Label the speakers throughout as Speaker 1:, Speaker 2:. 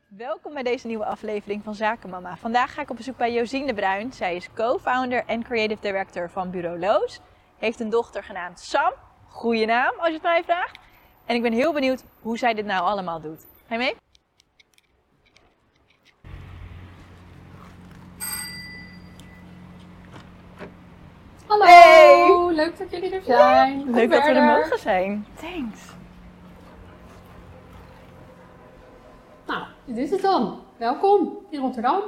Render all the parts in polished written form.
Speaker 1: Welkom bij deze nieuwe aflevering van Zakenmama. Vandaag ga ik op bezoek bij Josien de Bruin. Zij is co-founder en creative director van Bureau Loos. Heeft een dochter genaamd Sam. Goeie naam als je het mij vraagt. En ik ben heel benieuwd hoe zij dit nou allemaal doet. Ga je mee?
Speaker 2: Hallo,
Speaker 1: Hey!
Speaker 2: leuk dat jullie er zijn.
Speaker 1: Leuk dat we er mogen zijn. Thanks.
Speaker 2: Nou, dit is het dan. Welkom in Rotterdam.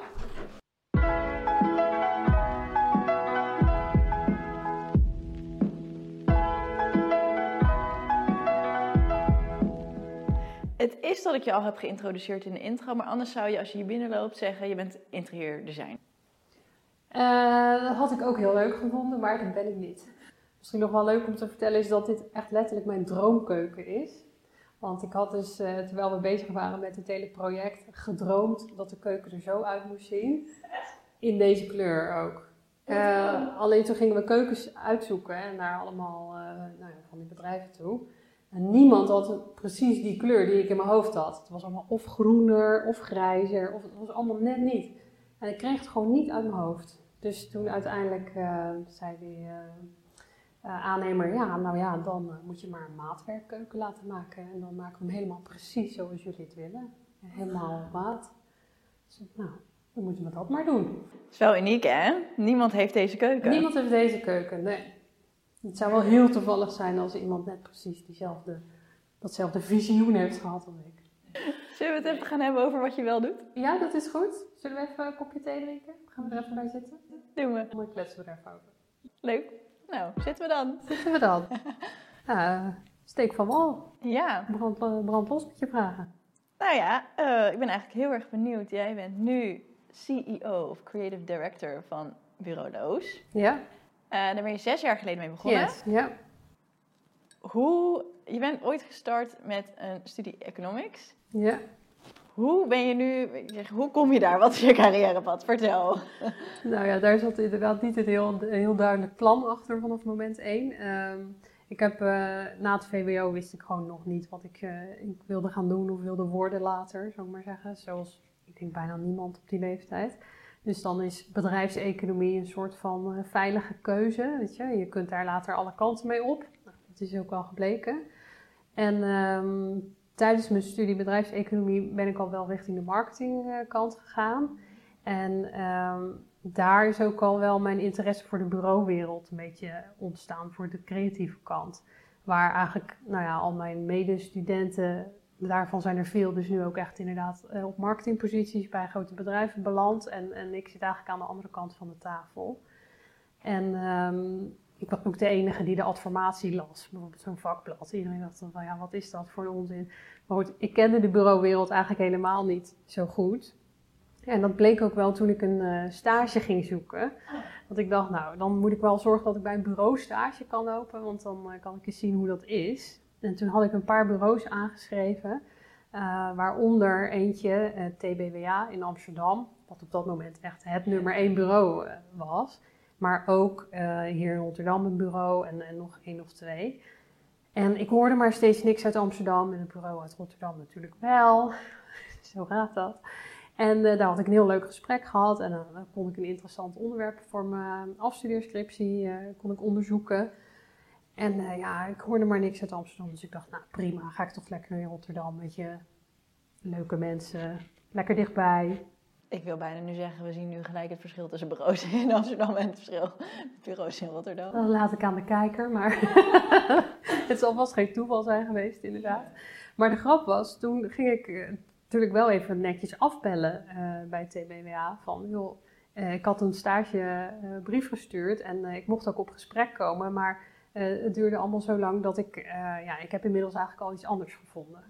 Speaker 1: Het is dat ik je al heb geïntroduceerd in de intro, maar anders zou je als je hier binnenloopt zeggen je bent interieurdesign.
Speaker 2: Dat had ik ook heel leuk gevonden, maar dat ben ik niet. Misschien nog wel leuk om te vertellen is dat dit echt letterlijk mijn droomkeuken is. Want ik had dus, terwijl we bezig waren met het hele project, gedroomd dat de keuken er zo uit moest zien. In deze kleur ook. Alleen toen gingen we keukens uitzoeken en naar allemaal van die bedrijven toe. En niemand had precies die kleur die ik in mijn hoofd had. Het was allemaal of groener of grijzer, of het was allemaal net niet. En ik kreeg het gewoon niet uit mijn hoofd. Dus toen uiteindelijk zei die aannemer, dan moet je maar een maatwerkkeuken laten maken. En dan maken we hem helemaal precies zoals jullie het willen. Helemaal op maat. Dus dan moeten we dat maar doen.
Speaker 1: Dat is wel uniek, hè? Niemand heeft deze keuken.
Speaker 2: Niemand heeft deze keuken, nee. Het zou wel heel toevallig zijn als iemand net precies datzelfde visioen heeft gehad als ik.
Speaker 1: Zullen we het even gaan hebben over wat je wel doet?
Speaker 2: Ja, dat is goed. Zullen we even een kopje thee drinken? Gaan we er even bij zitten?
Speaker 1: Doen we.
Speaker 2: Dan kletsen we er even over.
Speaker 1: Leuk. Nou, zitten we dan.
Speaker 2: Zitten we dan? Steek van wal.
Speaker 1: Ja.
Speaker 2: Brand los met je vragen.
Speaker 1: Nou ja, ik ben eigenlijk heel erg benieuwd. Jij bent nu CEO of Creative Director van Bureau Loos.
Speaker 2: Ja.
Speaker 1: Daar ben je 6 jaar geleden mee begonnen.
Speaker 2: Yes. Ja.
Speaker 1: Je bent ooit gestart met een studie Economics.
Speaker 2: Ja.
Speaker 1: Hoe ben je nu, hoe kom je daar? Wat is je carrièrepad? Vertel.
Speaker 2: Nou ja, daar zat inderdaad niet een heel duidelijk plan achter vanaf moment 1. Ik heb na het VWO wist ik gewoon nog niet wat ik wilde gaan doen of wilde worden later, zou ik maar zeggen. Zoals, ik denk bijna niemand op die leeftijd. Dus dan is bedrijfseconomie een soort van veilige keuze, weet je. Je kunt daar later alle kanten mee op. Nou, dat is ook wel gebleken. En tijdens mijn studie bedrijfseconomie ben ik al wel richting de marketingkant gegaan. En daar is ook al wel mijn interesse voor de bureauwereld een beetje ontstaan, voor de creatieve kant. Waar eigenlijk, al mijn medestudenten, daarvan zijn er veel, dus nu ook echt inderdaad op marketingposities bij grote bedrijven beland. En ik zit eigenlijk aan de andere kant van de tafel. En ik was ook de enige die de adformatie las, bijvoorbeeld zo'n vakblad. Iedereen dacht van, wat is dat voor onzin? Maar goed, ik kende de bureauwereld eigenlijk helemaal niet zo goed. En dat bleek ook wel toen ik een stage ging zoeken. Want ik dacht, dan moet ik wel zorgen dat ik bij een bureau stage kan lopen, want dan kan ik eens zien hoe dat is. En toen had ik een paar bureaus aangeschreven, waaronder eentje, TBWA in Amsterdam, wat op dat moment echt het nummer 1 bureau was. Maar ook hier in Rotterdam een bureau en nog 1 of 2. En ik hoorde maar steeds niks uit Amsterdam en het bureau uit Rotterdam natuurlijk wel. Zo gaat dat. En daar had ik een heel leuk gesprek gehad en dan kon ik een interessant onderwerp voor mijn afstudeerscriptie kon ik onderzoeken. En ik hoorde maar niks uit Amsterdam, dus ik dacht, prima, ga ik toch lekker in Rotterdam, weet je. Leuke mensen, lekker dichtbij.
Speaker 1: Ik wil bijna nu zeggen, we zien nu gelijk het verschil tussen bureaus in Amsterdam en het verschil met bureaus in Rotterdam.
Speaker 2: Dat laat ik aan de kijker, maar het zal vast geen toeval zijn geweest, inderdaad. Maar de grap was, toen ging ik natuurlijk wel even netjes afbellen bij TBWA van, joh, ik had een stagebrief gestuurd en ik mocht ook op gesprek komen, maar het duurde allemaal zo lang dat ik heb inmiddels eigenlijk al iets anders gevonden.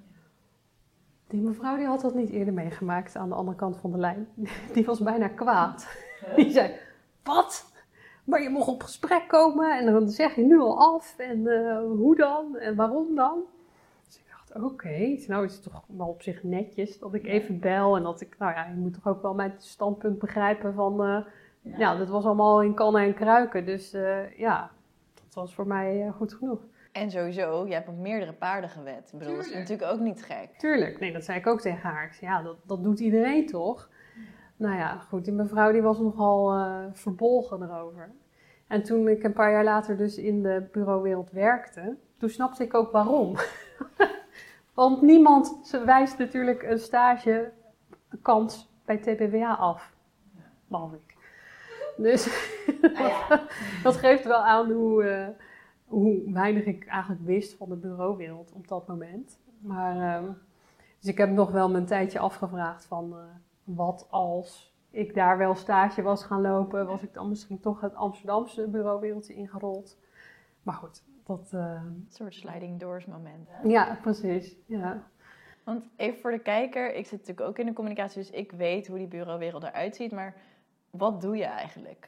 Speaker 2: Die mevrouw die had dat niet eerder meegemaakt aan de andere kant van de lijn. Die was bijna kwaad. Die zei, wat? Maar je mocht op gesprek komen en dan zeg je nu al af. En hoe dan? En waarom dan? Dus ik dacht, oké. Nou is het toch wel op zich netjes dat ik even bel. En dat ik, je moet toch ook wel mijn standpunt begrijpen van... dat was allemaal in kannen en kruiken. Dus dat was voor mij goed genoeg.
Speaker 1: En sowieso, je hebt op meerdere paarden gewed. Ik bedoel, dat is natuurlijk ook niet gek.
Speaker 2: Tuurlijk, nee, dat zei ik ook tegen haar. Ik zei, ja, dat doet iedereen toch? Nou ja, goed, die mevrouw die was nogal verbolgen erover. En toen ik een paar jaar later dus in de bureauwereld werkte, toen snapte ik ook waarom. Want niemand wijst natuurlijk een stagekans bij TBWA af. Behalve ik. Dus dat geeft wel aan hoe weinig ik eigenlijk wist van de bureauwereld op dat moment. Maar, dus ik heb nog wel mijn tijdje afgevraagd van wat als ik daar wel stage was gaan lopen, was ik dan misschien toch het Amsterdamse bureauwereldje ingerold. Maar goed, dat...
Speaker 1: Een soort sliding doors moment.
Speaker 2: Ja, precies. Ja.
Speaker 1: Want even voor de kijker, ik zit natuurlijk ook in de communicatie, dus ik weet hoe die bureauwereld eruit ziet. Maar wat doe je eigenlijk?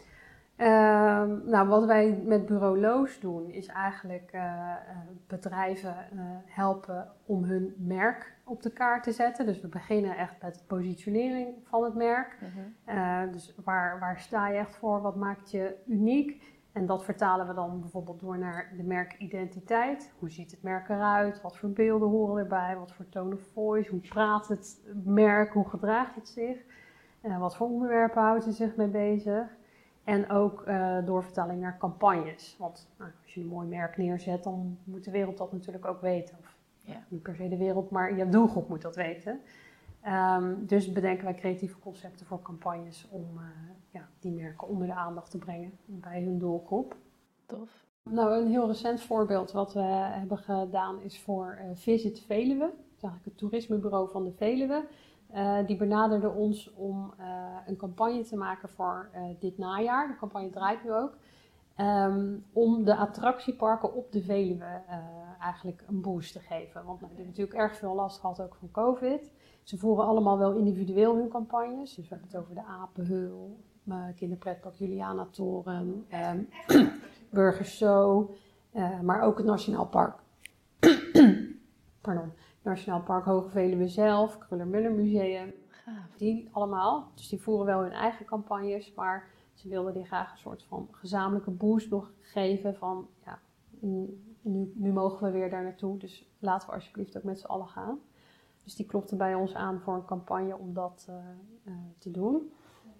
Speaker 2: Nou, wat wij met Bureau Loos doen, is eigenlijk bedrijven helpen om hun merk op de kaart te zetten. Dus we beginnen echt met de positionering van het merk. Dus waar sta je echt voor? Wat maakt je uniek? En dat vertalen we dan bijvoorbeeld door naar de merkidentiteit. Hoe ziet het merk eruit? Wat voor beelden horen erbij? Wat voor tone of voice? Hoe praat het merk? Hoe gedraagt het zich? Wat voor onderwerpen houdt het zich mee bezig? En ook doorvertaling naar campagnes. Want als je een mooi merk neerzet, dan moet de wereld dat natuurlijk ook weten. Of niet per se de wereld, maar je doelgroep moet dat weten. Dus bedenken wij creatieve concepten voor campagnes om die merken onder de aandacht te brengen bij hun doelgroep.
Speaker 1: Tof.
Speaker 2: Nou, een heel recent voorbeeld wat we hebben gedaan is voor Visit Veluwe. Dat is eigenlijk het toerismebureau van de Veluwe. Die benaderde ons om een campagne te maken voor dit najaar. De campagne draait nu ook. Om de attractieparken op de Veluwe eigenlijk een boost te geven. Want die hebben natuurlijk erg veel last gehad ook van COVID. Ze voeren allemaal wel individueel hun campagnes. Dus we hebben het over de Apenheul, kinderpretpark Juliana Toren, Burgers Zoo, maar ook het Nationaal Park. Pardon. Nationaal Park Hoge Veluwe zelf, Kruller-Müller Museum.
Speaker 1: Gaaf.
Speaker 2: Die allemaal. Dus die voeren wel hun eigen campagnes, maar ze wilden die graag een soort van gezamenlijke boost nog geven van ja, nu mogen we weer daar naartoe, dus laten we alsjeblieft ook met z'n allen gaan. Dus die klopte bij ons aan voor een campagne om dat te doen.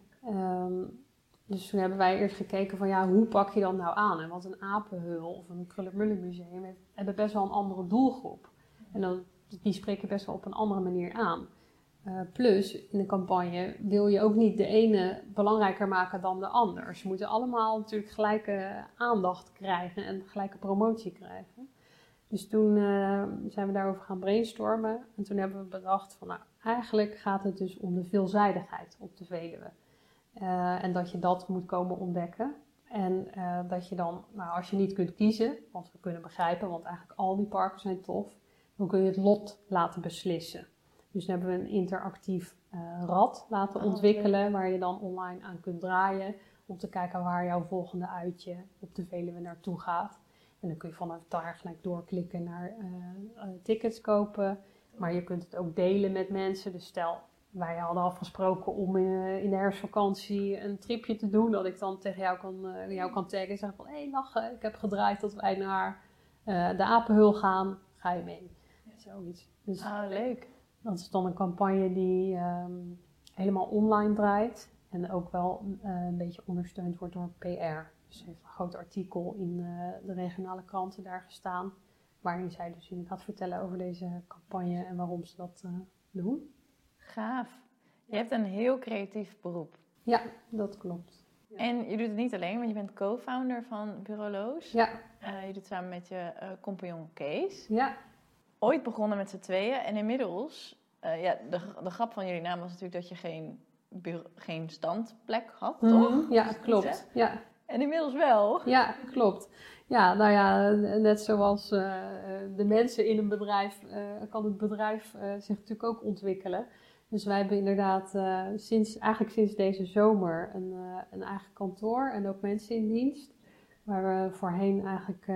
Speaker 2: Dus toen hebben wij eerst gekeken van ja, hoe pak je dat nou aan? En want een Apenheul of een Kruller-Müller Museum hebben best wel een andere doelgroep. En die spreken best wel op een andere manier aan. Plus, in de campagne wil je ook niet de ene belangrijker maken dan de ander. Ze moeten allemaal natuurlijk gelijke aandacht krijgen en gelijke promotie krijgen. Dus toen zijn we daarover gaan brainstormen. En toen hebben we bedacht van nou, eigenlijk gaat het dus om de veelzijdigheid op de Veluwe. En dat je dat moet komen ontdekken. En dat je dan, nou, als je niet kunt kiezen, want we kunnen begrijpen, want eigenlijk al die parken zijn tof, dan kun je het lot laten beslissen. Dus dan hebben we een interactief rad laten ontwikkelen, waar je dan online aan kunt draaien, om te kijken waar jouw volgende uitje op de Veluwe naartoe gaat. En dan kun je vanaf daar gelijk doorklikken naar tickets kopen, maar je kunt het ook delen met mensen. Dus stel, wij hadden afgesproken om in de herfstvakantie een tripje te doen, dat ik dan tegen jou kan taggen en zeggen van hé, lachen, ik heb gedraaid dat wij naar de Apenheul gaan, ga je mee? Zoiets. Dus,
Speaker 1: leuk.
Speaker 2: Dat is dan een campagne die helemaal online draait en ook wel een beetje ondersteund wordt door PR. Dus er heeft een groot artikel in de regionale kranten daar gestaan, waarin zij dus inderdaad vertellen over deze campagne en waarom ze dat doen.
Speaker 1: Gaaf. Je hebt een heel creatief beroep.
Speaker 2: Ja, dat klopt. Ja.
Speaker 1: En je doet het niet alleen, want je bent co-founder van Bureau Loos.
Speaker 2: Ja.
Speaker 1: Je doet het samen met je compagnon Kees.
Speaker 2: Ja.
Speaker 1: Ooit begonnen met z'n tweeën en inmiddels, de grap van jullie naam was natuurlijk dat je geen standplek had, toch?
Speaker 2: Ja, klopt. Ja.
Speaker 1: En inmiddels wel.
Speaker 2: Ja, klopt. Ja, nou ja, net zoals de mensen in een bedrijf, kan het bedrijf zich natuurlijk ook ontwikkelen. Dus wij hebben inderdaad sinds deze zomer een eigen kantoor en ook mensen in dienst. Waar we voorheen eigenlijk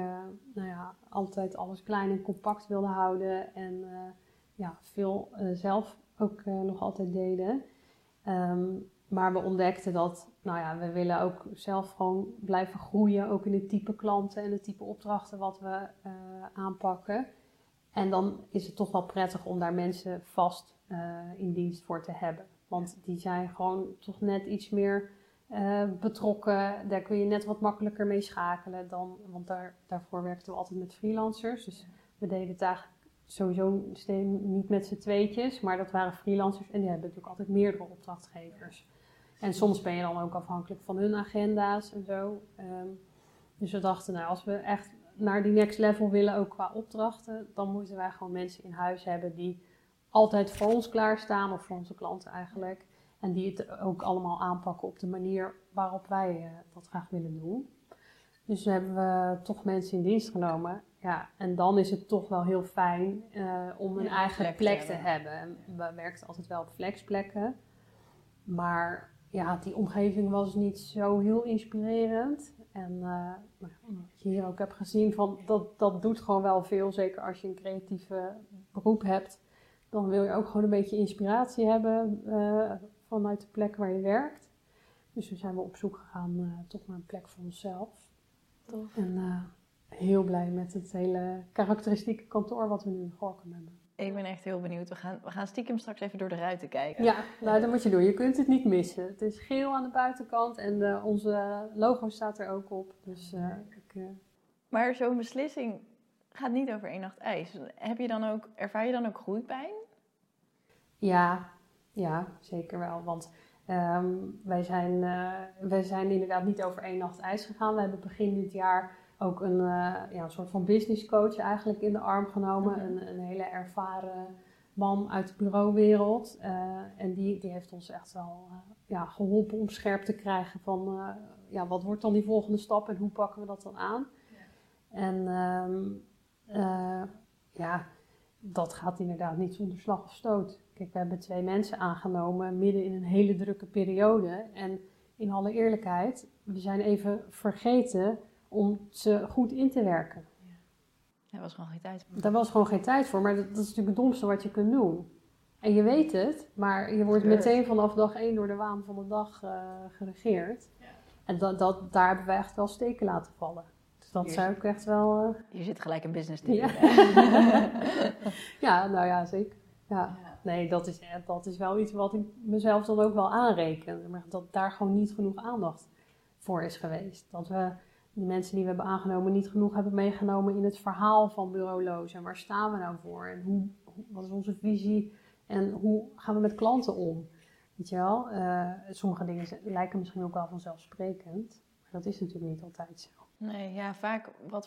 Speaker 2: altijd alles klein en compact wilden houden en veel zelf ook nog altijd deden. Maar we ontdekten dat, we willen ook zelf gewoon blijven groeien. Ook in het type klanten en het type opdrachten wat we aanpakken. En dan is het toch wel prettig om daar mensen vast in dienst voor te hebben. Want die zijn gewoon toch net iets meer betrokken. Daar kun je net wat makkelijker mee schakelen dan. Want daarvoor werkten we altijd met freelancers. Dus we deden het eigenlijk sowieso niet met z'n tweetjes. Maar dat waren freelancers en die hebben natuurlijk altijd meerdere opdrachtgevers. En soms ben je dan ook afhankelijk van hun agenda's en zo. Dus we dachten, als we echt naar die next level willen, ook qua opdrachten, dan moeten wij gewoon mensen in huis hebben die altijd voor ons klaarstaan, of voor onze klanten eigenlijk. En die het ook allemaal aanpakken op de manier waarop wij dat graag willen doen. Dus hebben we toch mensen in dienst genomen. Ja, en dan is het toch wel heel fijn om een eigen plek te hebben. En we werkten altijd wel op flexplekken. Maar ja, die omgeving was niet zo heel inspirerend. En wat je hier ook hebt gezien, dat doet gewoon wel veel. Zeker als je een creatieve beroep hebt. Dan wil je ook gewoon een beetje inspiratie hebben vanuit de plek waar je werkt. Dus toen zijn we op zoek gegaan toch naar een plek voor onszelf.
Speaker 1: Tof.
Speaker 2: En heel blij met het hele karakteristieke kantoor wat we nu in Gorinchem hebben.
Speaker 1: Ik ben echt heel benieuwd. We gaan stiekem straks even door de ruiten kijken.
Speaker 2: Ja, dat moet je doen. Je kunt het niet missen. Het is geel aan de buitenkant en onze logo staat er ook op. Dus,
Speaker 1: Maar zo'n beslissing gaat niet over 1 nacht ijs. Ervaar je dan ook groeipijn?
Speaker 2: Ja, zeker wel. Want wij zijn inderdaad niet over 1 nacht ijs gegaan. We hebben begin dit jaar ook een soort van business coach eigenlijk in de arm genomen. Mm-hmm. Een hele ervaren man uit de bureauwereld. En die heeft ons echt wel geholpen om scherp te krijgen van wat wordt dan die volgende stap en hoe pakken we dat dan aan. Ja. En dat gaat inderdaad niet zonder slag of stoot. Kijk, we hebben 2 mensen aangenomen midden in een hele drukke periode. En in alle eerlijkheid, we zijn even vergeten om ze goed in te werken.
Speaker 1: Ja. Daar was gewoon geen tijd voor.
Speaker 2: Daar was gewoon geen tijd voor, maar dat is natuurlijk het domste wat je kunt doen. En je weet het, maar je wordt meteen vanaf dag 1 door de waan van de dag geregeerd. Ja. En daar hebben we echt wel steken laten vallen. Dus dat zou ik echt wel...
Speaker 1: Hier zit gelijk een business tip
Speaker 2: in. Zeker. Ja. Nee, dat is wel iets wat ik mezelf dan ook wel aanreken. Maar dat daar gewoon niet genoeg aandacht voor is geweest. Dat we de mensen die we hebben aangenomen niet genoeg hebben meegenomen in het verhaal van Bureau Loos. En waar staan we nou voor? En wat is onze visie? En hoe gaan we met klanten om? Weet je wel? Sommige dingen lijken misschien ook wel vanzelfsprekend. Maar dat is natuurlijk niet altijd zo.
Speaker 1: Nee, ja, vaak wat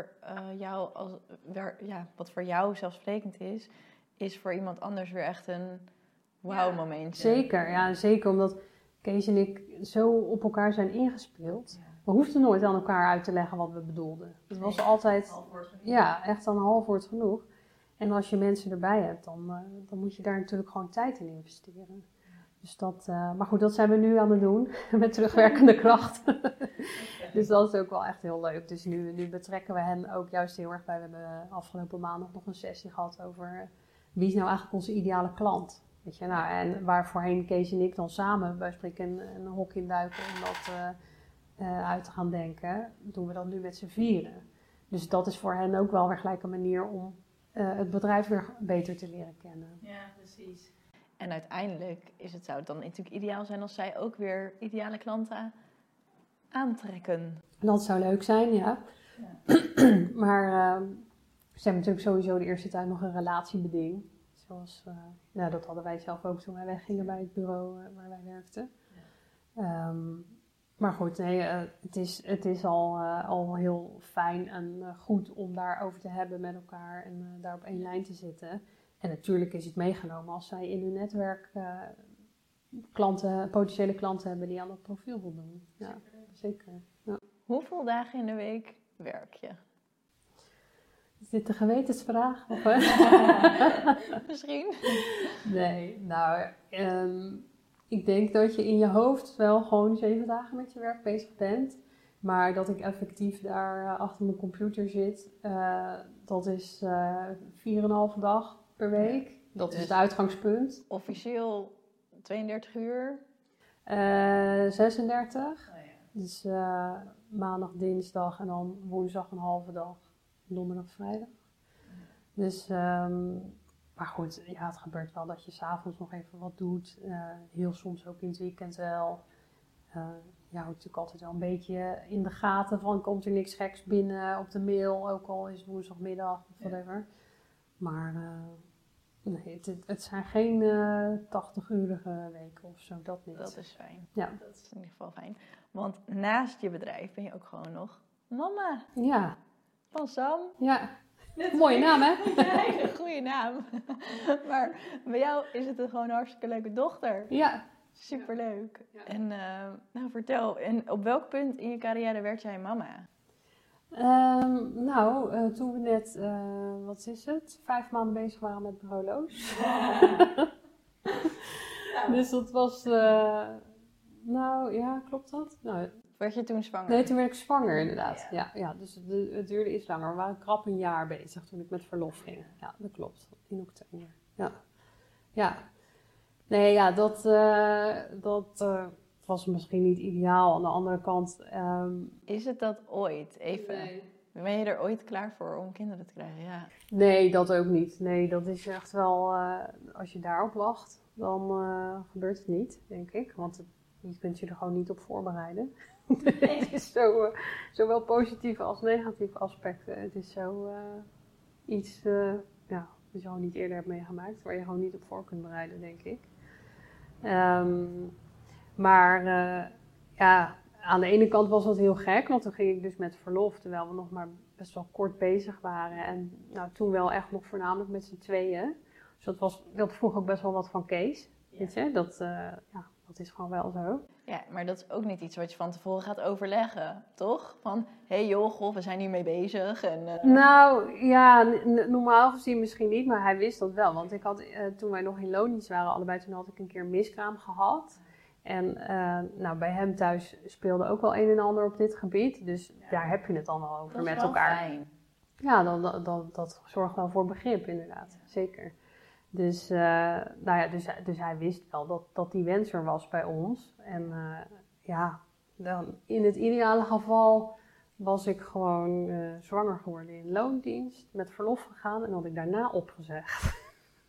Speaker 1: voor jou zelfsprekend is voor iemand anders weer echt een wauw-momentje.
Speaker 2: Zeker omdat Kees en ik zo op elkaar zijn ingespeeld. Ja. We hoefden nooit aan elkaar uit te leggen wat we bedoelden. Het was altijd echt een half woord genoeg. En als je mensen erbij hebt, dan moet je daar natuurlijk gewoon tijd in investeren. Ja. Dus maar goed, dat zijn we nu aan het doen met terugwerkende kracht. Dus dat is ook wel echt heel leuk. Dus nu betrekken we hen ook juist heel erg bij. We hebben afgelopen maandag nog een sessie gehad over wie is nou eigenlijk onze ideale klant. Weet je, en waar voorheen Kees en ik dan samen bij spreken een hok induiken om dat uit te gaan denken, doen we dat nu met z'n vieren. Dus dat is voor hen ook wel weer gelijk een manier om het bedrijf weer beter te leren kennen.
Speaker 1: Ja, precies. En uiteindelijk zou het dan natuurlijk ideaal zijn als zij ook weer ideale klanten aantrekken.
Speaker 2: Dat zou leuk zijn, ja. Maar ze hebben natuurlijk sowieso de eerste tijd nog een relatiebeding. Zoals, dat hadden wij zelf ook toen wij weggingen bij het bureau waar wij werkten. Ja. Maar goed, het is al heel fijn en goed om daarover te hebben met elkaar en daar op één lijn te zitten. En natuurlijk is het meegenomen als zij in hun netwerk potentiële klanten hebben die aan dat profiel voldoen. Ja, zeker. Ja.
Speaker 1: Hoeveel dagen in de week werk je?
Speaker 2: Is dit de gewetensvraag?
Speaker 1: Misschien.
Speaker 2: Nee, ik denk dat je in je hoofd wel gewoon 7 dagen met je werk bezig bent. Maar dat ik effectief daar achter mijn computer zit, dat is 4,5 dag per week. Dat is het uitgangspunt.
Speaker 1: Officieel 32 uur?
Speaker 2: 36.
Speaker 1: Oh, ja.
Speaker 2: Dus maandag, dinsdag en dan woensdag een halve dag. Donderdag, vrijdag. Dus, maar goed, ja, het gebeurt wel dat je 's avonds nog even wat doet. Heel soms ook in het weekend wel. Je houdt natuurlijk altijd wel een beetje in de gaten van komt er niks geks binnen op de mail. Ook al is het woensdagmiddag of whatever. Maar nee, het zijn geen 80-urige weken of zo, dat niet.
Speaker 1: Dat is fijn.
Speaker 2: Ja.
Speaker 1: Dat is in ieder geval fijn. Want naast je bedrijf ben je ook gewoon nog mama
Speaker 2: Ja,
Speaker 1: van Sam.
Speaker 2: ja. Mooie naam, hè?
Speaker 1: Ja, een goede naam. Maar bij jou is het gewoon een hartstikke leuke dochter.
Speaker 2: Ja.
Speaker 1: Superleuk.
Speaker 2: Ja.
Speaker 1: En nou, vertel, en op welk punt in je carrière werd jij mama?
Speaker 2: Toen we net, 5 maanden bezig waren met Bureau Loos. Dus dat was, klopt dat? Nou,
Speaker 1: Werd je toen zwanger?
Speaker 2: nee, toen werd ik zwanger inderdaad. Ja, dus het duurde iets langer. We waren krap een jaar bezig toen ik met verlof ging. Ja, dat klopt. In oktober. Ja. Nee, ja, dat was misschien niet ideaal. Aan de andere kant...
Speaker 1: Is het dat ooit? Even.
Speaker 2: Nee.
Speaker 1: Ben je er ooit klaar voor om kinderen te krijgen? Ja.
Speaker 2: Nee, dat ook niet. Nee, dat is echt wel... als je daarop wacht, dan gebeurt het niet, denk ik. Want je kunt je er gewoon niet op voorbereiden. Het is zowel positieve als negatieve aspecten. Het is zo iets wat je gewoon niet eerder hebt meegemaakt. Waar je gewoon niet op voor kunt bereiden, denk ik. Aan de ene kant was dat heel gek. Want toen ging ik dus met verlof, terwijl we nog maar best wel kort bezig waren. En toen wel echt nog voornamelijk met z'n tweeën. Dus dat vroeg ook best wel wat van Kees.
Speaker 1: Ja.
Speaker 2: Weet je? Dat is gewoon wel zo.
Speaker 1: Ja, maar dat is ook niet iets wat je van tevoren gaat overleggen, toch? Van, hé joh, goh, we zijn hiermee bezig. En,
Speaker 2: Nou, ja, normaal gezien misschien niet, maar hij wist dat wel. Want ik had, toen wij nog in loondienst waren allebei, toen had ik een keer een miskraam gehad. En bij hem thuis speelde ook wel een en ander op dit gebied. Dus daar heb je het dan wel over met elkaar.
Speaker 1: Fijn.
Speaker 2: Ja, dat zorgt wel voor begrip inderdaad, zeker. Dus, dus hij wist wel dat die wens er was bij ons. En dan in het ideale geval was ik gewoon zwanger geworden in loondienst, met verlof gegaan en had ik daarna opgezegd.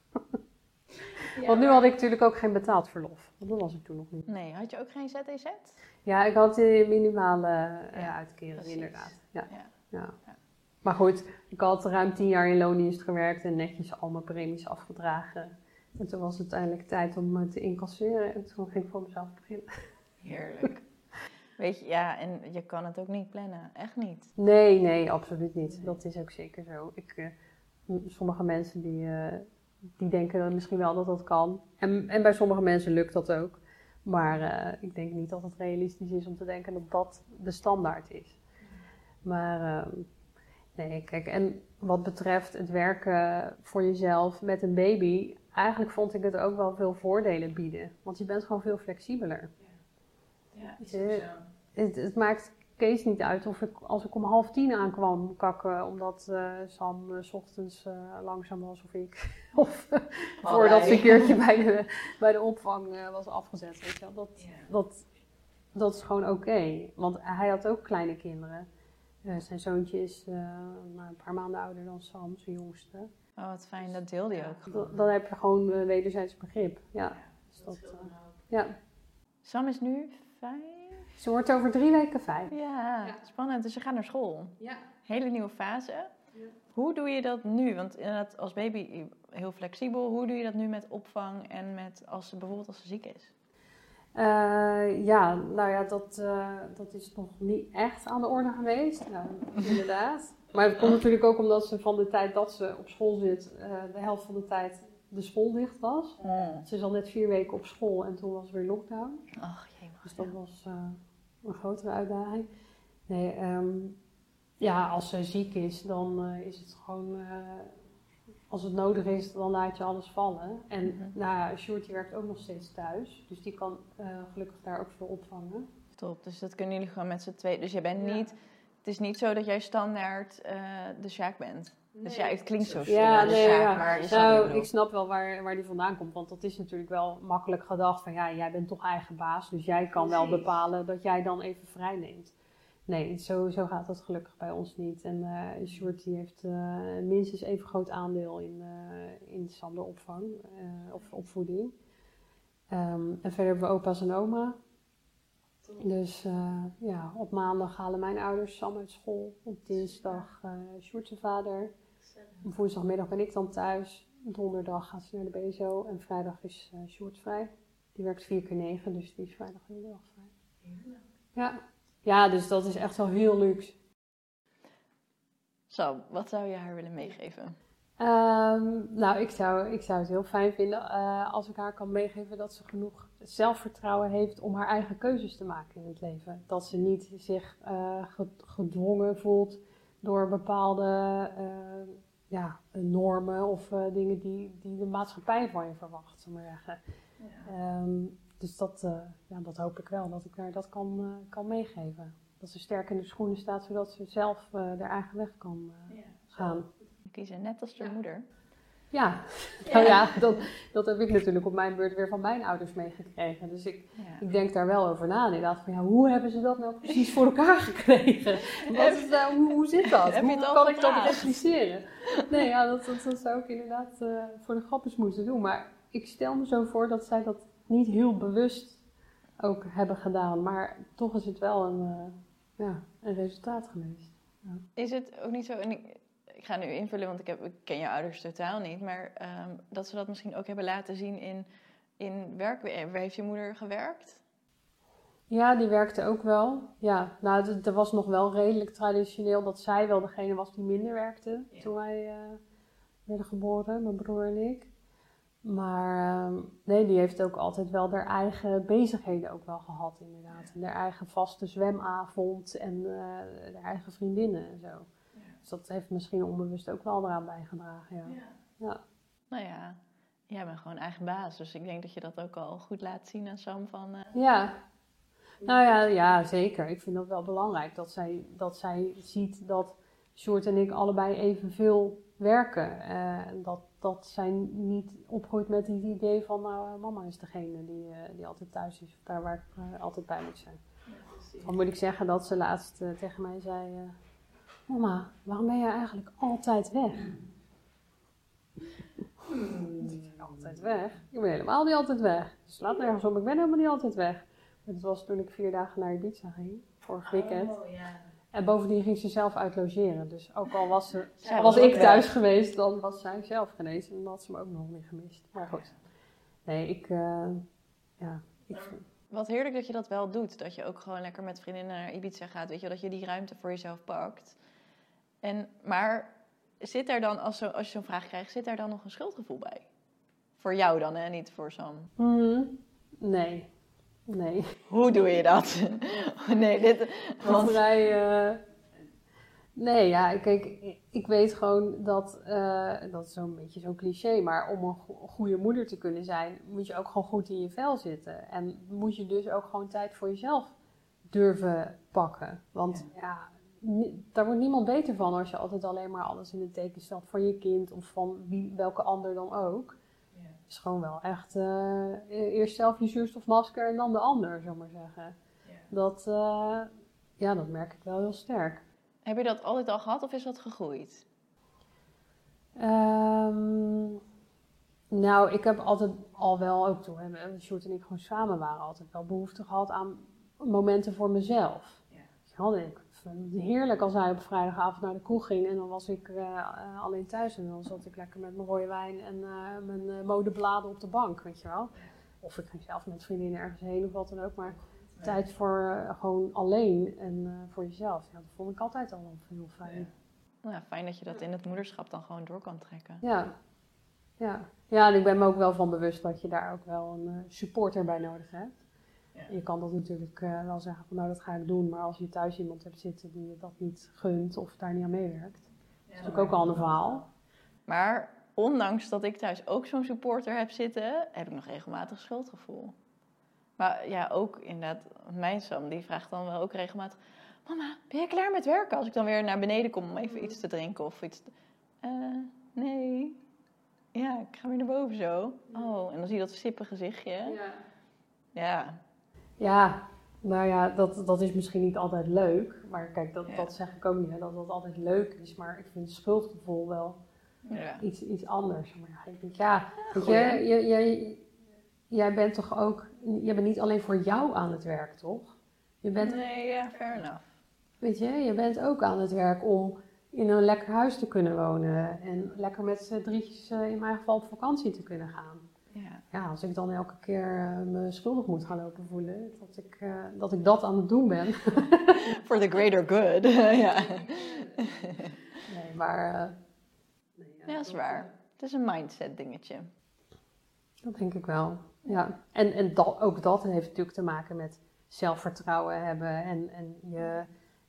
Speaker 2: Want nu had ik natuurlijk ook geen betaald verlof, want dat was ik toen nog niet.
Speaker 1: Nee, had je ook geen ZTZ?
Speaker 2: Ja, ik had de minimale uitkering
Speaker 1: precies.
Speaker 2: inderdaad.
Speaker 1: Ja.
Speaker 2: Maar goed, ik had ruim 10 jaar in loondienst gewerkt en netjes al mijn premies afgedragen. En toen was het uiteindelijk tijd om te incasseren en toen ging ik voor mezelf beginnen.
Speaker 1: Heerlijk. Weet je, ja, en je kan het ook niet plannen. Echt niet.
Speaker 2: Nee, absoluut niet. Dat is ook zeker zo. Sommige mensen die denken misschien wel dat dat kan. En bij sommige mensen lukt dat ook. Maar ik denk niet dat het realistisch is om te denken dat dat de standaard is. Maar nee, kijk, en wat betreft het werken voor jezelf met een baby, eigenlijk vond ik het ook wel veel voordelen bieden. Want je bent gewoon veel flexibeler.
Speaker 1: Ja,
Speaker 2: Het maakt Kees niet uit als ik om 9:30 aankwam kakken, omdat Sam 's ochtends langzaam was of ik. Of voordat ze een keertje bij de opvang was afgezet. Weet je wel. Dat is gewoon oké. Want hij had ook kleine kinderen. Zijn zoontje is een paar maanden ouder dan Sam, zijn jongste.
Speaker 1: Oh, wat fijn, dat deelde je ook.
Speaker 2: Dan heb je gewoon wederzijds begrip. Ja. Dus ja.
Speaker 1: Sam is nu 5?
Speaker 2: Ze wordt over 3 weken 5.
Speaker 1: Ja, spannend. Dus je gaat naar school.
Speaker 2: Ja.
Speaker 1: Hele nieuwe fase.
Speaker 2: Ja.
Speaker 1: Hoe doe je dat nu? Want inderdaad, als baby heel flexibel. Hoe doe je dat nu met opvang en met bijvoorbeeld als ze ziek is?
Speaker 2: Dat is nog niet echt aan de orde geweest. Inderdaad. Maar het komt natuurlijk ook omdat ze van de tijd dat ze op school zit, de helft van de tijd de school dicht was. Ze is al net 4 weken op school en toen was weer lockdown.
Speaker 1: Ach, jemig.
Speaker 2: Dus dat was een grotere uitdaging. Nee, als ze ziek is, dan is het gewoon... als het nodig is, dan laat je alles vallen. En Sjoerd werkt ook nog steeds thuis. Dus die kan gelukkig daar ook veel opvangen.
Speaker 1: Top, dus dat kunnen jullie gewoon met z'n twee. Dus je bent niet... Het is niet zo dat jij standaard de Sjaak bent. Dus ja, het klinkt zo
Speaker 2: Ja,
Speaker 1: stoer,
Speaker 2: nee, ja.
Speaker 1: maar je snapt wat ik bedoel.
Speaker 2: Ik snap wel waar die vandaan komt. Want dat is natuurlijk wel makkelijk gedacht van ja, jij bent toch eigen baas. Dus jij kan wel bepalen dat jij dan even vrij neemt. Nee, zo gaat dat gelukkig bij ons niet. En Sjoerd die heeft minstens even groot aandeel in Sander opvang of opvoeding. En verder hebben we opa's en oma. Dus op maandag halen mijn ouders Sam uit school. Op dinsdag Sjoerd zijn vader. Op woensdagmiddag ben ik dan thuis. Donderdag gaat ze naar de BSO. En vrijdag is Sjoerd vrij. Die werkt 4 keer 9, dus die is vrijdag heel de dag vrij. Ja, dus dat is echt wel heel luxe.
Speaker 1: Sam, wat zou je haar willen meegeven?
Speaker 2: Nou, ik zou het heel fijn vinden als ik haar kan meegeven dat ze genoeg zelfvertrouwen heeft om haar eigen keuzes te maken in het leven. Dat ze niet zich gedwongen voelt door bepaalde normen of dingen die de maatschappij van je verwacht, zal ik maar zeggen. Ja. Dus dat hoop ik wel, dat ik haar dat kan meegeven. Dat ze sterk in de schoenen staat, zodat ze zelf haar eigen weg kan gaan.
Speaker 1: Kiezen net als de moeder.
Speaker 2: Ja, nou ja, dat heb ik natuurlijk op mijn beurt weer van mijn ouders meegekregen. Dus ik denk daar wel over na. Inderdaad, van hoe hebben ze dat nou precies voor elkaar gekregen? Hoe zit dat? Hoe kan ik dat repliceren? Nee, ja, dat zou ik inderdaad voor de grap eens moeten doen. Maar ik stel me zo voor dat zij dat niet heel bewust ook hebben gedaan. Maar toch is het wel een resultaat geweest. Ja.
Speaker 1: Is het ook niet zo... Ik ga nu invullen, want ik ken jouw ouders totaal niet. Maar dat ze dat misschien ook hebben laten zien in werk. Waar heeft je moeder gewerkt?
Speaker 2: Ja, die werkte ook wel. Ja, nou, er was nog wel redelijk traditioneel dat zij wel degene was die minder werkte. Ja. Toen wij werden geboren, mijn broer en ik. Maar nee, die heeft ook altijd wel haar eigen bezigheden ook wel gehad inderdaad. En haar eigen vaste zwemavond en haar eigen vriendinnen en zo. Dus dat heeft misschien onbewust ook wel eraan bijgedragen, ja.
Speaker 1: Nou ja, jij bent gewoon eigen baas. Dus ik denk dat je dat ook al goed laat zien aan Sam van...
Speaker 2: Ja, nou ja, zeker. Ik vind dat wel belangrijk. Dat zij ziet dat Sjoerd en ik allebei evenveel werken. Dat zij niet opgroeit met het idee van... mama is degene die altijd thuis is. Of daar waar ik altijd bij moet zijn. Dan moet ik zeggen dat ze laatst tegen mij zei... Mama, waarom ben jij eigenlijk altijd weg? Altijd weg? Ik ben helemaal niet altijd weg. Het slaat nergens op, ik ben helemaal niet altijd weg. Maar dat was toen ik 4 dagen naar Ibiza ging, vorig weekend. En bovendien ging ze zelf uit logeren. Dus ook al was ik thuis geweest, dan was zij zelf geweest. En dan had ze me ook nog niet gemist. Maar goed. Nee, ik
Speaker 1: Wat heerlijk dat je dat wel doet. Dat je ook gewoon lekker met vriendinnen naar Ibiza gaat. Weet je, dat je die ruimte voor jezelf pakt. Maar zit er dan, als je zo'n vraag krijgt, zit daar dan nog een schuldgevoel bij? Voor jou dan, hè? Niet voor Sam.
Speaker 2: Nee.
Speaker 1: Hoe doe je dat?
Speaker 2: Nee, ja, kijk, ik weet gewoon dat is zo'n beetje zo'n cliché, maar om een goede moeder te kunnen zijn, moet je ook gewoon goed in je vel zitten. En moet je dus ook gewoon tijd voor jezelf durven pakken. Want daar wordt niemand beter van als je altijd alleen maar alles in het teken stelt van je kind of van welke ander dan ook. Het is gewoon wel echt eerst zelf je zuurstofmasker en dan de ander, zou ik maar zeggen. Dat merk ik wel heel sterk.
Speaker 1: Heb je dat altijd al gehad of is dat gegroeid?
Speaker 2: Nou, ik heb altijd al wel, ook toen Sjoerd en ik gewoon samen waren, altijd wel behoefte gehad aan momenten voor mezelf. Ik vond het heerlijk als hij op vrijdagavond naar de kroeg ging en dan was ik alleen thuis en dan zat ik lekker met mijn rode wijn en mijn modebladen op de bank, weet je wel. Of ik ging zelf met vriendinnen ergens heen of wat dan ook, maar tijd voor gewoon alleen en voor jezelf. Ja, dat vond ik altijd al heel fijn.
Speaker 1: Nou, fijn dat je dat in het moederschap dan gewoon door kan trekken.
Speaker 2: Ja, en ik ben me ook wel van bewust dat je daar ook wel een supporter bij nodig hebt. Ja. Je kan dat natuurlijk wel zeggen van nou dat ga ik doen, maar als je thuis iemand hebt zitten die je dat niet gunt of daar niet aan meewerkt, dat is natuurlijk ook al een verhaal.
Speaker 1: Maar ondanks dat ik thuis ook zo'n supporter heb zitten, heb ik nog regelmatig schuldgevoel. Maar ja, ook inderdaad, mijn Sam, die vraagt dan wel ook regelmatig... Mama, ben je klaar met werken? Als ik dan weer naar beneden kom om even iets te drinken of iets... Nee. Ja, ik ga weer naar boven zo. Oh, en dan zie je dat sippe gezichtje. Ja.
Speaker 2: Ja, nou ja, dat is misschien niet altijd leuk. Maar kijk, dat zeg ik ook niet, hè, dat dat altijd leuk is. Maar ik vind het schuldgevoel wel iets anders. Maar ja, ik denk, weet je, jij bent toch ook... Je bent niet alleen voor jou aan het werk, toch? Je bent,
Speaker 1: fair enough.
Speaker 2: weet je bent ook aan het werk om in een lekker huis te kunnen wonen. En lekker met z'n drietjes, in mijn geval, op vakantie te kunnen gaan. Ja, als ik dan elke keer me schuldig moet gaan lopen voelen, dat ik dat aan het doen ben.
Speaker 1: For the greater good, ja.
Speaker 2: Nee, maar...
Speaker 1: dat is waar. Het is een mindset dingetje.
Speaker 2: Dat denk ik wel, ja. En ook dat heeft natuurlijk te maken met zelfvertrouwen hebben en je...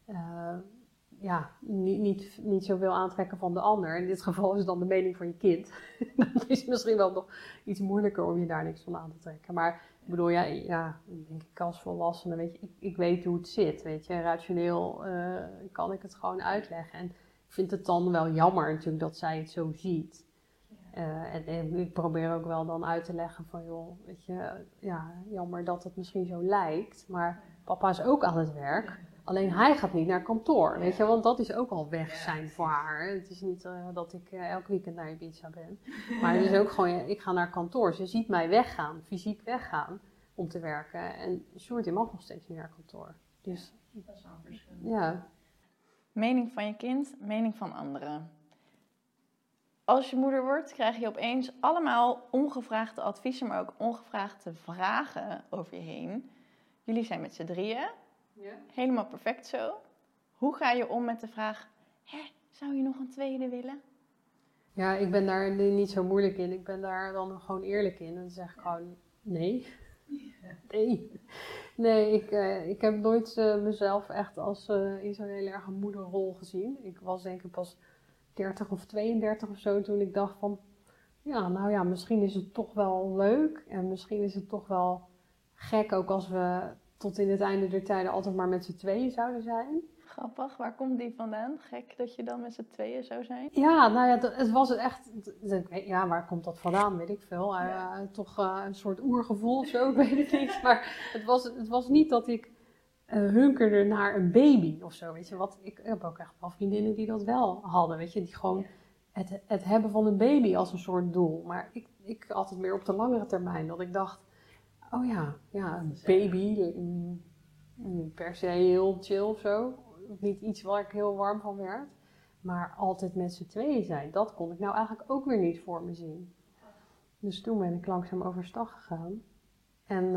Speaker 2: niet zoveel aantrekken van de ander. In dit geval is het dan de mening van je kind. Dat is misschien wel nog iets moeilijker om je daar niks van aan te trekken. Maar ik bedoel, denk ik als volwassene, weet je, ik weet hoe het zit, weet je. Rationeel kan ik het gewoon uitleggen. En ik vind het dan wel jammer natuurlijk dat zij het zo ziet. En ik probeer ook wel dan uit te leggen van, joh, weet je, jammer dat het misschien zo lijkt. Maar papa is ook aan het werk. Alleen hij gaat niet naar kantoor, weet je, want dat is ook al weg zijn voor haar. Het is niet dat ik elk weekend naar Ibiza ben. Maar het is ook gewoon, ik ga naar kantoor. Ze ziet mij weggaan, fysiek weggaan om te werken. En Sjoerd, die mag nog steeds niet naar kantoor. Dus,
Speaker 1: dat is wel een verschil.
Speaker 2: Ja.
Speaker 1: Mening van je kind, mening van anderen. Als je moeder wordt, krijg je opeens allemaal ongevraagde adviezen, maar ook ongevraagde vragen over je heen. Jullie zijn met z'n drieën. Ja. Helemaal perfect zo. Hoe ga je om met de vraag, zou je nog een tweede willen?
Speaker 2: Ja, ik ben daar niet zo moeilijk in. Ik ben daar dan gewoon eerlijk in. En dan zeg ik gewoon, nee. Nee, ik heb nooit mezelf echt als in zo'n heel erg een moederrol gezien. Ik was denk ik pas 30 of 32 of zo toen ik dacht van, misschien is het toch wel leuk. En misschien is het toch wel gek ook als we tot in het einde der tijden altijd maar met z'n tweeën zouden zijn.
Speaker 1: Grappig, waar komt die vandaan? Gek dat je dan met z'n tweeën zou zijn?
Speaker 2: Ja, het was echt... waar komt dat vandaan, weet ik veel. Toch een soort oergevoel of zo, weet ik niet. Maar het was niet dat ik hunkerde naar een baby of zo, weet je. Ik heb ook echt wel vriendinnen die dat wel hadden, weet je. Die gewoon het hebben van een baby als een soort doel. Maar ik altijd meer op de langere termijn. Dat ik dacht, een baby, niet per se heel chill of zo. Niet iets waar ik heel warm van werd. Maar altijd met z'n tweeën zijn, dat kon ik nou eigenlijk ook weer niet voor me zien. Dus toen ben ik langzaam overstag gegaan. En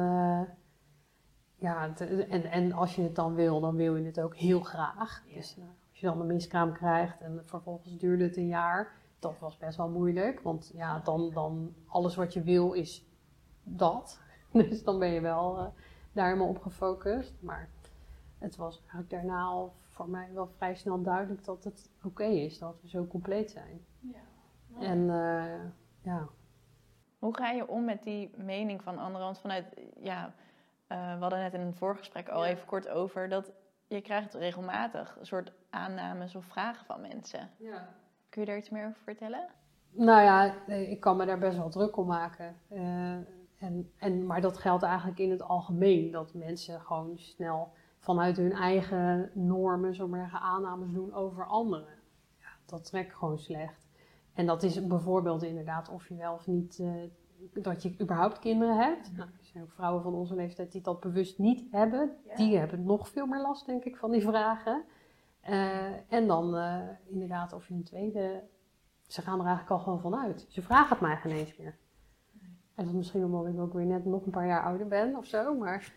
Speaker 2: en als je het dan wil je het ook heel graag. Dus als je dan een miskraam krijgt en vervolgens duurde het een jaar, dat was best wel moeilijk. Want dan alles wat je wil is dat. Dus dan ben je wel daar helemaal op gefocust. Maar het was eigenlijk daarna al voor mij wel vrij snel duidelijk dat het oké is dat we zo compleet zijn. Ja. En
Speaker 1: Hoe ga je om met die mening van anderen? Want we hadden net in een voorgesprek al even kort over dat je krijgt regelmatig een soort aannames of vragen van mensen. Ja. Kun je daar iets meer over vertellen?
Speaker 2: Nou ja, ik kan me daar best wel druk om maken. Maar dat geldt eigenlijk in het algemeen. Dat mensen gewoon snel vanuit hun eigen normen, zo maar zeggen, aannames doen over anderen. Ja, dat trekt gewoon slecht. En dat is bijvoorbeeld inderdaad of je wel of niet, dat je überhaupt kinderen hebt. Nou, er zijn ook vrouwen van onze leeftijd die dat bewust niet hebben. Ja. Die hebben nog veel meer last, denk ik, van die vragen. En dan inderdaad of je een tweede... Ze gaan er eigenlijk al gewoon vanuit. Ze vragen het mij geen eens meer. En dat is misschien omdat ik ook weer net nog een paar jaar ouder ben of zo. Maar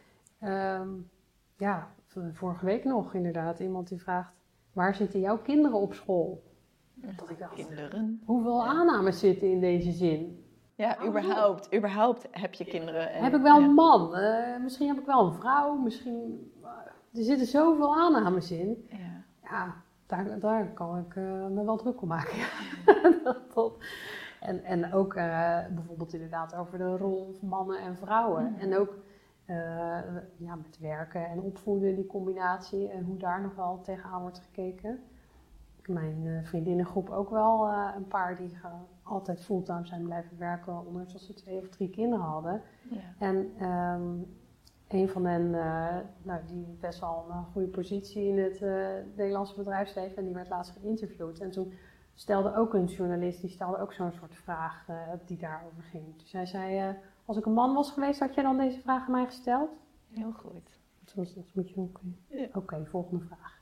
Speaker 2: vorige week nog inderdaad. Iemand die vraagt, waar zitten jouw kinderen op school? Dat ik dacht,
Speaker 1: kinderen?
Speaker 2: Hoeveel aannames zitten in deze zin?
Speaker 1: Ja, überhaupt heb je kinderen.
Speaker 2: Heb ik wel een man? Misschien heb ik wel een vrouw. Misschien... er zitten zoveel aannames in. Ja, daar kan ik me wel druk om maken. En ook bijvoorbeeld inderdaad over de rol van mannen en vrouwen. Mm. En ook met werken en opvoeden, die combinatie. En hoe daar nog wel tegenaan wordt gekeken. mijn vriendinnengroep ook wel een paar die altijd fulltime zijn blijven werken, ondanks dat ze 2 of 3 kinderen hadden.
Speaker 1: Ja.
Speaker 2: En een van hen, die heeft best wel een goede positie in het Nederlandse bedrijfsleven en die werd laatst geïnterviewd. En toen stelde ook een journalist, die stelde ook zo'n soort vraag die daarover ging. Dus hij zei, als ik een man was geweest, had jij dan deze vraag aan mij gesteld?
Speaker 1: Heel goed.
Speaker 2: Dat moet je ook. Oké, volgende vraag.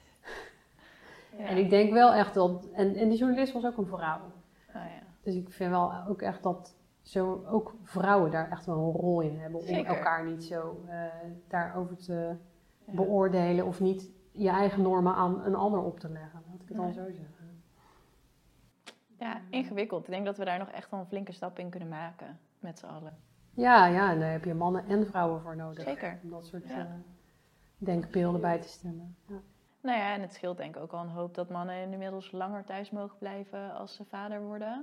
Speaker 1: Ja.
Speaker 2: En ik denk wel echt dat, en die journalist was ook een vrouw.
Speaker 1: Oh, ja.
Speaker 2: Dus ik vind wel ook echt dat ook vrouwen daar echt wel een rol in hebben.
Speaker 1: Zeker.
Speaker 2: Om elkaar niet zo daarover te beoordelen of niet je eigen normen aan een ander op te leggen. Laat ik het dan zo zeggen.
Speaker 1: Ja, ingewikkeld. Ik denk dat we daar nog echt wel een flinke stap in kunnen maken met z'n allen.
Speaker 2: Ja, en daar heb je mannen en vrouwen voor nodig.
Speaker 1: Zeker.
Speaker 2: Om dat soort denkbeelden bij te stellen. Ja.
Speaker 1: Nou ja, en het scheelt denk ik ook al een hoop dat mannen inmiddels langer thuis mogen blijven als ze vader worden.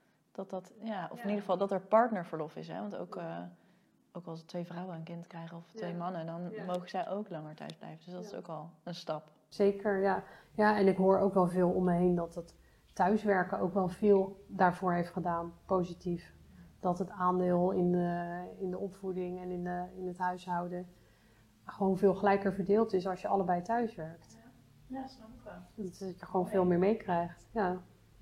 Speaker 1: Of in ieder geval dat er partnerverlof is. Hè? Want ook als 2 vrouwen een kind krijgen of 2 mannen, dan mogen zij ook langer thuis blijven. Dus dat is ook al een stap.
Speaker 2: Zeker, ja. Ja, en ik hoor ook wel veel om me heen dat het thuiswerken ook wel veel daarvoor heeft gedaan, positief. Dat het aandeel in de opvoeding en in het huishouden gewoon veel gelijker verdeeld is als je allebei thuis werkt.
Speaker 1: Ja, snap ik wel.
Speaker 2: Dat je gewoon veel meer meekrijgt, ja.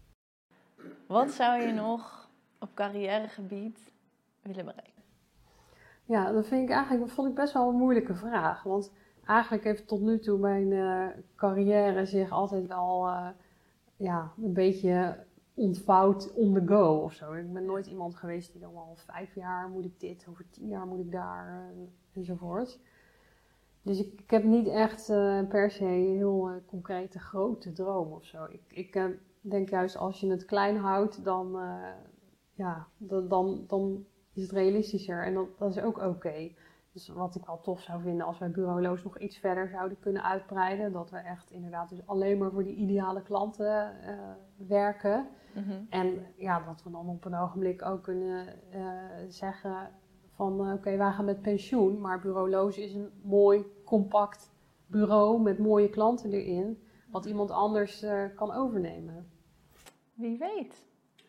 Speaker 1: Wat zou je nog op carrièregebied willen bereiken?
Speaker 2: Ja, dat vond ik best wel een moeilijke vraag. Want eigenlijk heeft tot nu toe mijn carrière zich altijd wel een beetje ontvouwd on the go of zo. Ik ben nooit iemand geweest die dan al 5 jaar moet ik dit, over 10 jaar moet ik daar enzovoort. Dus ik heb niet echt per se een heel concrete grote droom of zo. Ik denk juist als je het klein houdt, dan is het realistischer en dat is ook oké. Dus wat ik wel tof zou vinden als wij Bureau Loos nog iets verder zouden kunnen uitbreiden. Dat we echt inderdaad dus alleen maar voor die ideale klanten werken.
Speaker 1: Mm-hmm.
Speaker 2: En dat we dan op een ogenblik ook kunnen zeggen van oké, wij gaan met pensioen. Maar Bureau Loos is een mooi, compact bureau met mooie klanten erin. Wat iemand anders kan overnemen.
Speaker 1: Wie weet.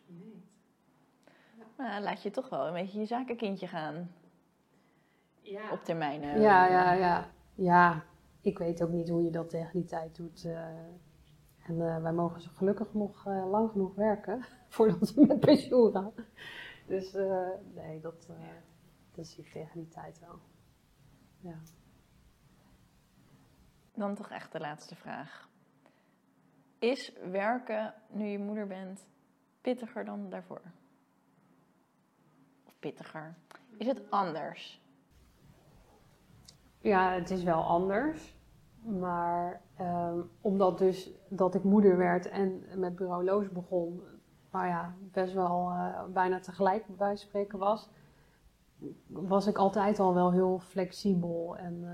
Speaker 1: Maar laat je toch wel een beetje je zakenkindje gaan. Ja. Op termijn.
Speaker 2: Ja, ik weet ook niet hoe je dat tegen die tijd doet. En wij mogen zo gelukkig nog lang genoeg werken voordat we met pensioen gaan. Dus nee, dat zie ik tegen die tijd wel. Ja.
Speaker 1: Dan toch echt de laatste vraag. Is werken nu je moeder bent pittiger dan daarvoor? Of pittiger? Is het anders?
Speaker 2: Ja, het is wel anders. Maar omdat dus dat ik moeder werd en met Bureau Loos begon, best wel bijna tegelijk bij wijze van spreken was ik altijd al wel heel flexibel. En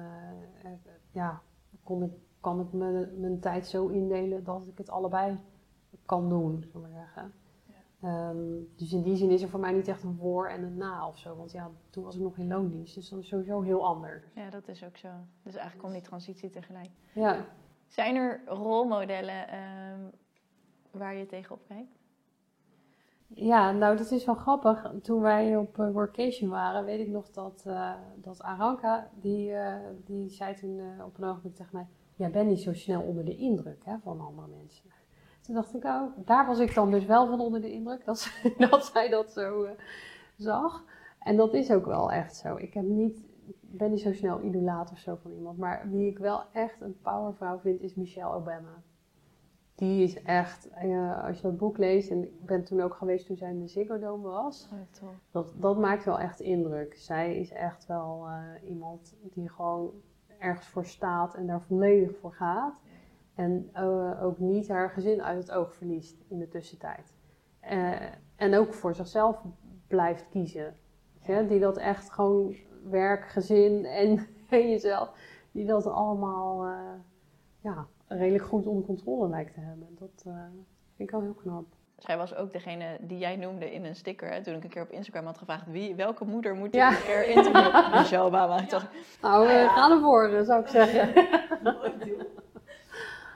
Speaker 2: kan ik mijn tijd zo indelen dat ik het allebei kan doen, zullen we zeggen. Ja. Dus in die zin is er voor mij niet echt een voor en een na of zo. Want toen was ik nog in loondienst, dus dat is sowieso heel anders.
Speaker 1: Ja, dat is ook zo. Dus eigenlijk komt die transitie tegelijk.
Speaker 2: Ja.
Speaker 1: Zijn er rolmodellen waar je tegenop kijkt?
Speaker 2: Ja, nou dat is wel grappig. Toen wij op workation waren, weet ik nog dat Aranka, die zei toen op een ogenblik tegen mij, jij bent niet zo snel onder de indruk van andere mensen. Toen dacht ik, daar was ik dan dus wel van onder de indruk, dat zij dat zo zag. En dat is ook wel echt zo. Ik ben niet zo snel idolaat of zo van iemand. Maar wie ik wel echt een powervrouw vind, is Michelle Obama. Die is echt, als je dat boek leest, en ik ben toen ook geweest toen zij in de Ziggo Dome was. Dat maakt wel echt indruk. Zij is echt wel iemand die gewoon ergens voor staat en daar volledig voor gaat. En ook niet haar gezin uit het oog verliest in de tussentijd. En ook voor zichzelf blijft kiezen. Ja. Die dat echt gewoon werk, gezin en jezelf, die dat allemaal redelijk goed onder controle lijkt te hebben. Dat vind ik wel heel knap.
Speaker 1: Zij was ook degene die jij noemde in een sticker. Hè, toen ik een keer op Instagram had gevraagd welke moeder moet ik een keer interviewen. Michelle Obama.
Speaker 2: Nou, ga ervoor, zou ik zeggen.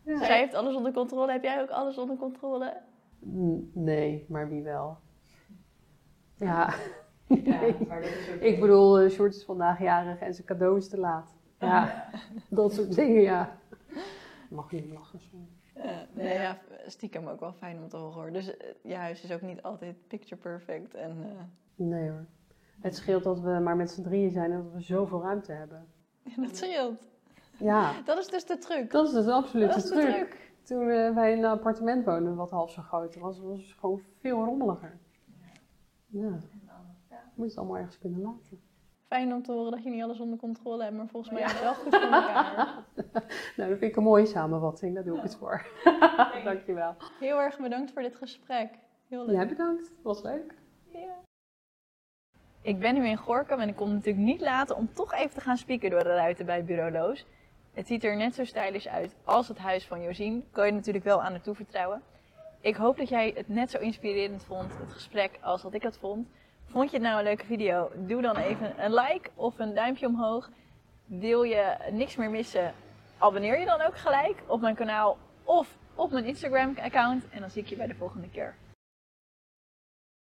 Speaker 2: Ja.
Speaker 1: Zij heeft alles onder controle. Heb jij ook alles onder controle?
Speaker 2: Nee, maar wie wel? Ja.
Speaker 3: Ja, maar dat is ook...
Speaker 2: Ik bedoel, Short is vandaag jarig en zijn cadeau is te laat. Ja, dat soort dingen, ja. Mag niet lachen, sorry.
Speaker 1: Nee, ja, stiekem ook wel fijn om te horen. Dus je huis is ook niet altijd picture perfect. En,
Speaker 2: Nee hoor. Het scheelt dat we maar met z'n drieën zijn en dat we zoveel ruimte hebben.
Speaker 1: dat scheelt.
Speaker 2: Ja,
Speaker 1: Dat is dus de truc.
Speaker 2: dat is dus absoluut
Speaker 1: Dat
Speaker 2: de
Speaker 1: is de
Speaker 2: truc.
Speaker 1: truc.
Speaker 2: Toen wij in een appartement woonden wat half zo groot was, was het gewoon veel rommeliger. Ja, moet je het allemaal ergens kunnen laten.
Speaker 1: Fijn om te horen dat je niet alles onder controle hebt, maar volgens mij is het wel goed voor elkaar.
Speaker 2: Nou, dat vind ik een mooie samenvatting, daar doe ik het voor. Dankjewel.
Speaker 1: Heel erg bedankt voor dit gesprek. Heel leuk.
Speaker 2: Jij bedankt, was leuk.
Speaker 1: Ja. Ik ben nu in Gorinchem en ik kon natuurlijk niet laten om toch even te gaan spieken door de ruiten bij Bureau Loos. Het ziet er net zo stylish uit als het huis van Josien. Kan je natuurlijk wel aan haar toevertrouwen. Ik hoop dat jij het net zo inspirerend vond, het gesprek, als dat ik het vond. Vond je het nou een leuke video? Doe dan even een like of een duimpje omhoog. Wil je niks meer missen? Abonneer je dan ook gelijk op mijn kanaal of op mijn Instagram account. En dan zie ik je bij de volgende keer.